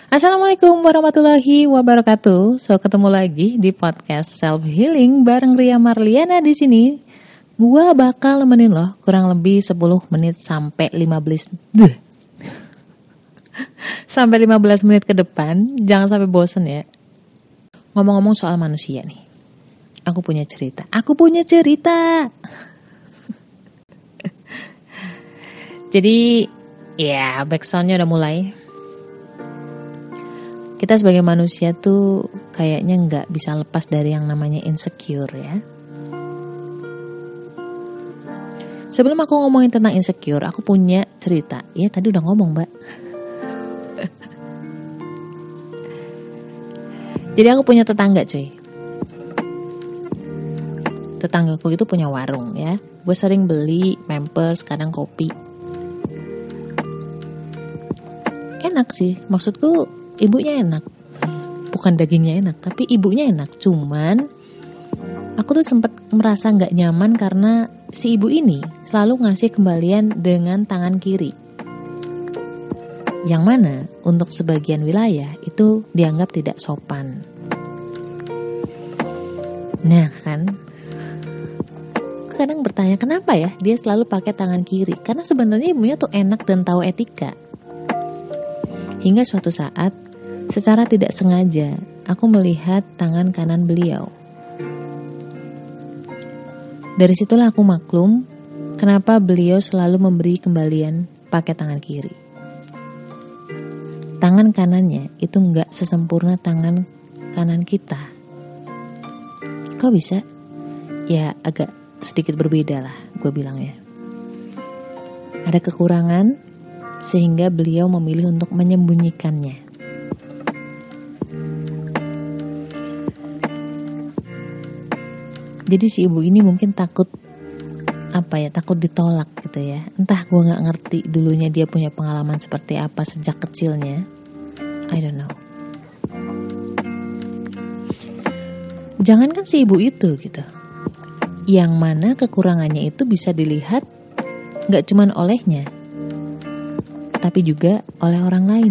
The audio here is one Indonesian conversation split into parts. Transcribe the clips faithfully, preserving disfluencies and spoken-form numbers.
Assalamualaikum warahmatullahi wabarakatuh. So ketemu lagi di podcast Self Healing bareng Ria Marliana di sini. Gua bakal nemenin lo kurang lebih sepuluh menit sampai lima belas Buh. sampai lima belas menit ke depan. Jangan sampai bosen ya. Ngomong-ngomong soal manusia nih. Aku punya cerita. Aku punya cerita. Jadi ya backsoundnya udah mulai. Kita sebagai manusia tuh kayaknya gak bisa lepas dari yang namanya insecure ya. Sebelum aku ngomongin tentang insecure, aku punya cerita. Ya tadi udah ngomong mbak. Jadi aku punya tetangga cuy. Tetanggaku itu punya warung ya. Gue sering beli Pampers, kadang kopi. Enak sih, maksudku ibunya enak. Bukan dagingnya enak, tapi ibunya enak. Cuman aku tuh sempat merasa gak nyaman karena si ibu ini selalu ngasih kembalian dengan tangan kiri. Yang mana untuk sebagian wilayah itu dianggap tidak sopan. Nah kan, kadang bertanya kenapa ya dia selalu pakai tangan kiri. Karena sebenarnya ibunya tuh enak dan tahu etika. Hingga suatu saat secara tidak sengaja, aku melihat tangan kanan beliau. Dari situlah aku maklum kenapa beliau selalu memberi kembalian pakai tangan kiri. Tangan kanannya itu nggak sesempurna tangan kanan kita. Kok bisa? Ya agak sedikit berbeda lah, gue bilang ya. Ada kekurangan sehingga beliau memilih untuk menyembunyikannya. Jadi si ibu ini mungkin takut apa ya, takut ditolak gitu ya. Entah gue gak ngerti dulunya dia punya pengalaman seperti apa sejak kecilnya. I don't know. Jangankan si ibu itu gitu. Yang mana kekurangannya itu bisa dilihat gak cuman olehnya, tapi juga oleh orang lain.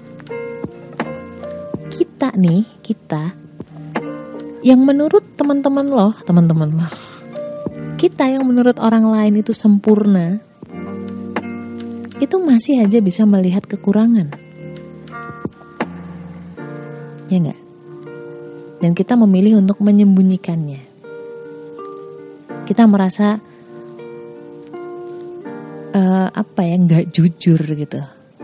Kita nih, kita yang menurut teman-teman loh, teman-teman loh, kita yang menurut orang lain itu sempurna, itu masih aja bisa melihat kekurangan, ya nggak? Dan kita memilih untuk menyembunyikannya. Kita merasa uh, apa ya, nggak jujur gitu.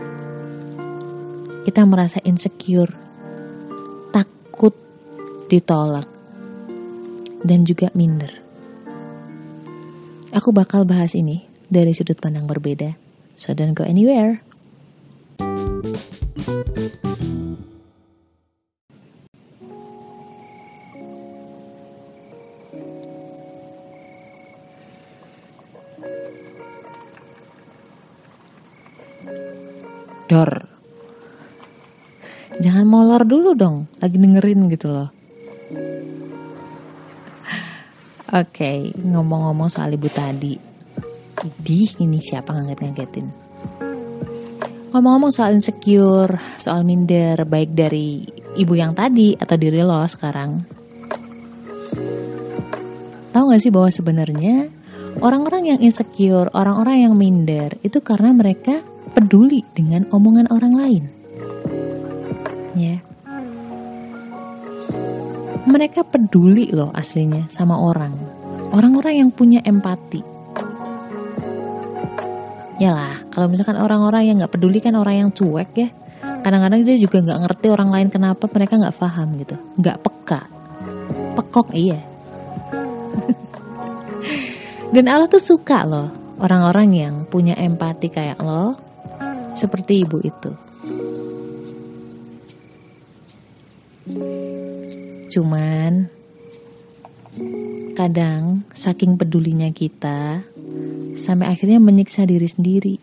Kita merasa insecure, takut ditolak, dan juga minder. Aku bakal bahas ini dari sudut pandang berbeda. So don't go anywhere. Dor. Jangan molor dulu dong, lagi dengerin gitu loh. Oke, okay, ngomong-ngomong soal ibu tadi. Idih, ini siapa ngaget-ngagetin. Ngomong-ngomong soal insecure, soal minder, baik dari ibu yang tadi atau diri lo sekarang. Tahu gak sih bahwa sebenarnya orang-orang yang insecure, orang-orang yang minder, itu karena mereka peduli dengan omongan orang lain. Ya. Mereka peduli loh aslinya sama orang. Orang-orang yang punya empati. Yalah, kalau misalkan orang-orang yang gak peduli kan orang yang cuek ya. Kadang-kadang dia juga gak ngerti orang lain kenapa mereka gak paham gitu. Gak peka. Pekok iya. Dan Allah tuh suka loh orang-orang yang punya empati kayak lo. Seperti ibu itu. Cuman kadang saking pedulinya kita sampai akhirnya menyiksa diri sendiri.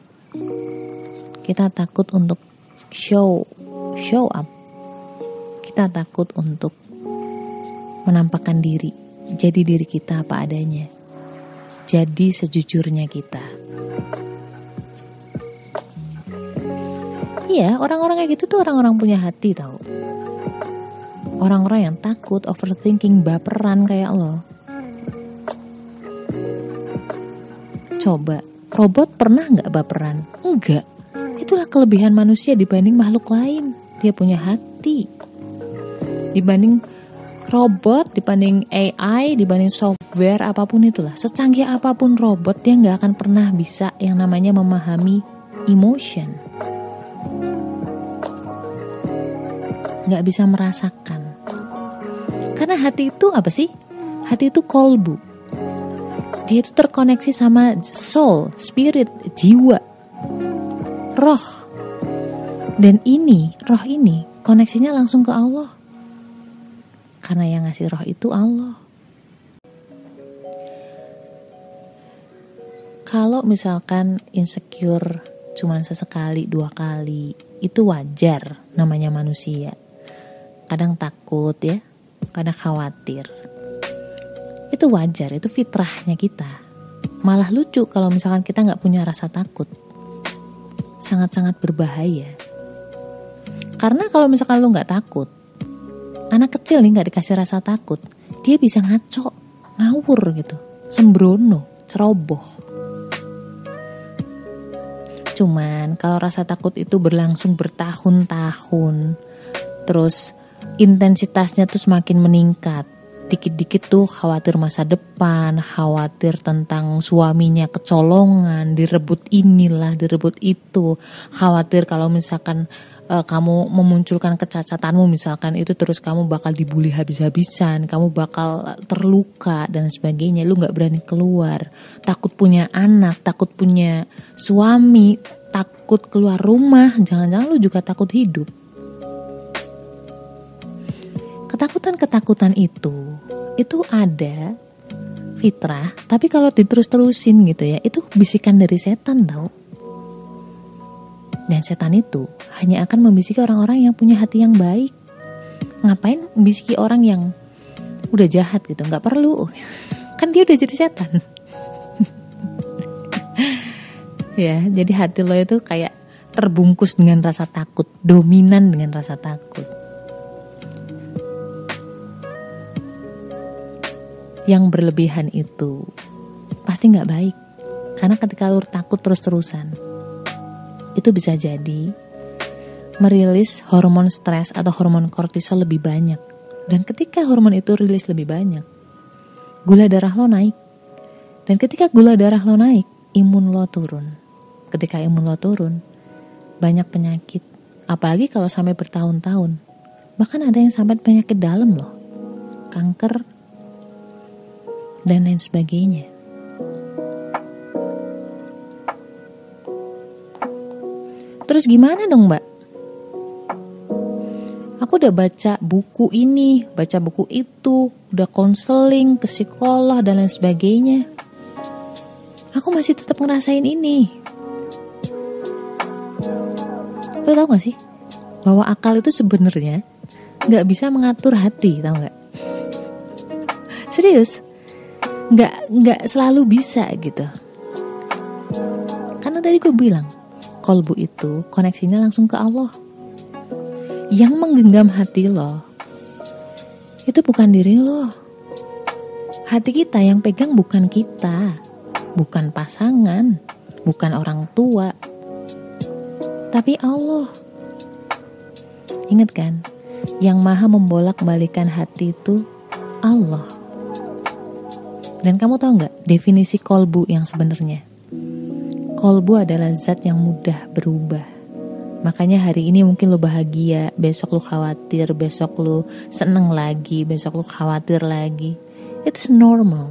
Kita takut untuk show show up. Kita takut untuk menampakkan diri, jadi diri kita apa adanya. Jadi sejujurnya kita. Iya, orang-orang kayak gitu tuh orang-orang punya hati tahu. Orang-orang yang takut, overthinking, baperan kayak lo. Coba, robot pernah gak baperan? Enggak. Itulah kelebihan manusia dibanding makhluk lain. Dia punya hati. Dibanding robot, dibanding A I, dibanding software, apapun itulah. Secanggih apapun robot, dia gak akan pernah bisa yang namanya memahami emotion. Gak bisa merasakan. Karena hati itu apa sih? Hati itu kolbu. Dia itu terkoneksi sama soul, spirit, jiwa, roh. Dan ini, roh ini koneksinya langsung ke Allah. Karena yang ngasih roh itu Allah. Kalau misalkan insecure cuman sesekali, dua kali, itu wajar, namanya manusia. Kadang takut ya, kadang khawatir. Itu wajar, itu fitrahnya kita. Malah lucu kalau misalkan kita gak punya rasa takut. Sangat-sangat berbahaya. Karena kalau misalkan lu gak takut, anak kecil nih gak dikasih rasa takut, dia bisa ngaco, ngawur gitu, sembrono, ceroboh. Cuman kalau rasa takut itu berlangsung bertahun-tahun, terus intensitasnya tuh semakin meningkat. Dikit-dikit tuh khawatir masa depan, khawatir tentang suaminya kecolongan, direbut inilah, direbut itu. Khawatir kalau misalkan uh, kamu memunculkan kecacatanmu misalkan, itu terus kamu bakal dibully habis-habisan, kamu bakal terluka dan sebagainya. Lu gak berani keluar, takut punya anak, takut punya suami, takut keluar rumah, jangan-jangan lu juga takut hidup. Ketakutan-ketakutan itu, itu ada fitrah, tapi kalau diterus-terusin gitu ya, itu bisikan dari setan tau. Dan setan itu hanya akan membisiki orang-orang yang punya hati yang baik. Ngapain membisiki orang yang udah jahat gitu, gak perlu. Kan dia udah jadi setan. Ya, jadi hati lo itu kayak terbungkus dengan rasa takut, dominan dengan rasa takut. Yang berlebihan itu pasti gak baik. Karena ketika lu takut terus-terusan, itu bisa jadi merilis hormon stres atau hormon kortisol lebih banyak. Dan ketika hormon itu rilis lebih banyak, gula darah lo naik. Dan ketika gula darah lo naik, imun lo turun. Ketika imun lo turun, banyak penyakit. Apalagi kalau sampai bertahun-tahun. Bahkan ada yang sampai penyakit dalam loh. Kanker dan lain sebagainya. Terus gimana dong mbak? Aku udah baca buku ini, baca buku itu, udah konseling ke psikolog dan lain sebagainya. Aku masih tetap ngerasain ini. Lo tau gak sih? Bahwa akal itu sebenarnya gak bisa mengatur hati, tau gak? Serius? Gak, gak selalu bisa gitu. Karena tadi gue bilang, kolbu itu koneksinya langsung ke Allah. Yang menggenggam hati lo itu bukan diri lo. Hati kita yang pegang bukan kita, bukan pasangan, bukan orang tua, tapi Allah. Ingat kan, yang maha membolak-balikan hati itu Allah. Dan kamu tahu gak definisi kolbu yang sebenarnya? Kolbu adalah zat yang mudah berubah. Makanya hari ini mungkin lo bahagia, besok lo khawatir, besok lo seneng lagi, besok lo khawatir lagi. It's normal.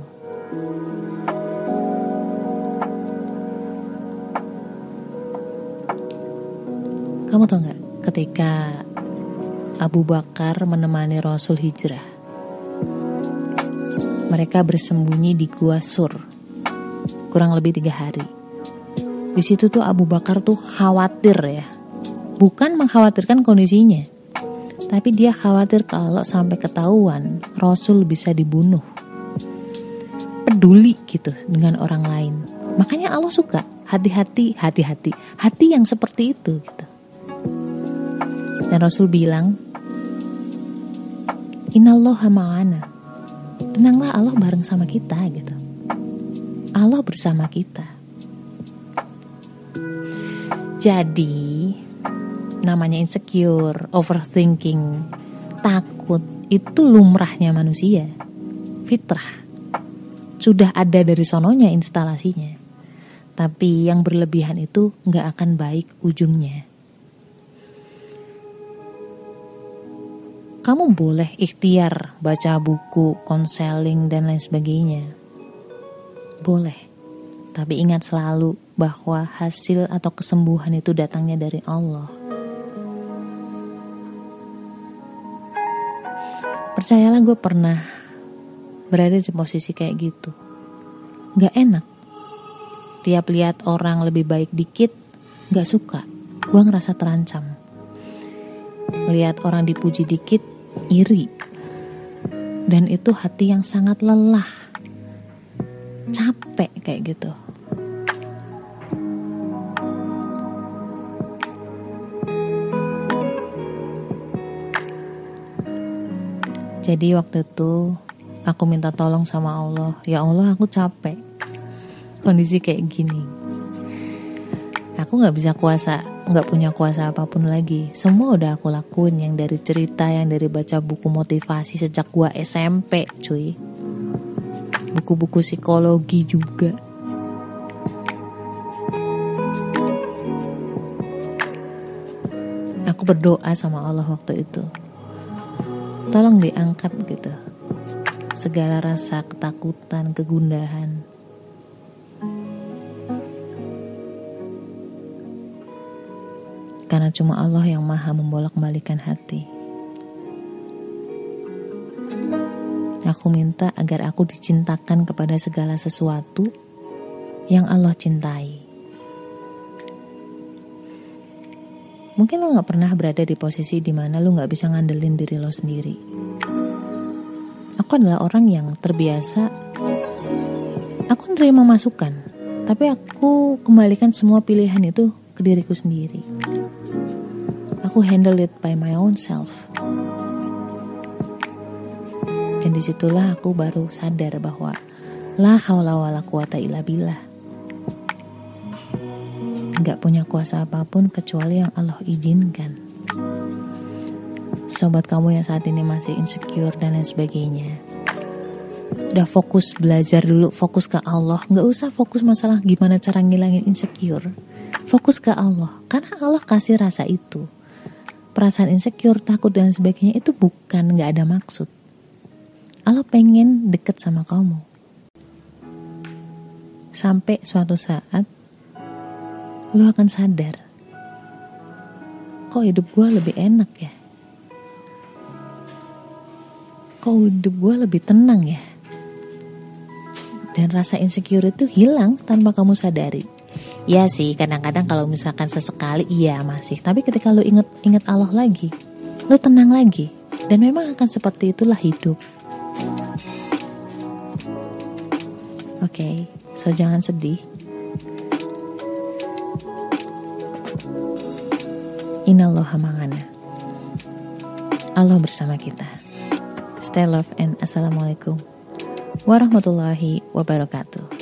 Kamu tahu gak ketika Abu Bakar menemani Rasul hijrah, mereka bersembunyi di Gua Sur kurang lebih tiga hari. Di situ tuh Abu Bakar tuh khawatir ya, bukan mengkhawatirkan kondisinya, tapi dia khawatir kalau sampai ketahuan Rasul bisa dibunuh. Peduli gitu dengan orang lain. Makanya Allah suka hati-hati, hati-hati, hati yang seperti itu gitu. Dan Rasul bilang, Innallaha ma'ana. Tenanglah, Allah bareng sama kita gitu. Allah bersama kita. Jadi namanya insecure, overthinking, takut, itu lumrahnya manusia, fitrah. Sudah ada dari sononya instalasinya. Tapi yang berlebihan itu gak akan baik ujungnya. Kamu boleh ikhtiar baca buku, konseling, dan lain sebagainya. Boleh. Tapi ingat selalu bahwa hasil atau kesembuhan itu datangnya dari Allah. Percayalah, gue pernah berada di posisi kayak gitu. Gak enak. Tiap lihat orang lebih baik dikit, gak suka. Gue ngerasa terancam. Lihat orang dipuji dikit, iri. Dan itu hati yang sangat lelah. Capek kayak gitu. Jadi waktu itu aku minta tolong sama Allah. Ya Allah, aku capek kondisi kayak gini. Aku gak bisa kuasa, gak punya kuasa apapun lagi. Semua udah aku lakuin, yang dari cerita, yang dari baca buku motivasi sejak gua S M P cuy. Buku-buku psikologi juga. Aku berdoa sama Allah waktu itu, tolong diangkat gitu segala rasa ketakutan, kegundahan. Karena cuma Allah yang maha membolak-balikan hati. Aku minta agar aku dicintakan kepada segala sesuatu yang Allah cintai. Mungkin lo gak pernah berada di posisi dimana lo gak bisa ngandelin diri lo sendiri. Aku adalah orang yang terbiasa, aku menerima masukan, tapi aku kembalikan semua pilihan itu ke diriku sendiri. Aku handle it by my own self. Dan disitulah aku baru sadar bahwa la haula wala quwata illa billah. Gak punya kuasa apapun kecuali yang Allah izinkan. Sobat kamu yang saat ini masih insecure dan lain sebagainya, udah fokus belajar dulu, fokus ke Allah. Gak usah fokus masalah gimana cara ngilangin insecure. Fokus ke Allah, karena Allah kasih rasa itu. Perasaan insecure, takut dan sebagainya itu bukan gak ada maksud. Allah pengen deket sama kamu. Sampai suatu saat lo akan sadar, kok hidup gue lebih enak ya? Kok hidup gue lebih tenang ya? Dan rasa insecure itu hilang tanpa kamu sadari. Ya sih, kadang-kadang kalau misalkan sesekali iya masih. Tapi ketika lo inget-inget Allah lagi, lo tenang lagi. Dan memang akan seperti itulah hidup. Oke, okay, so jangan sedih. Innallaha ma'ana. Allah bersama kita. Stay love and assalamualaikum warahmatullahi wabarakatuh.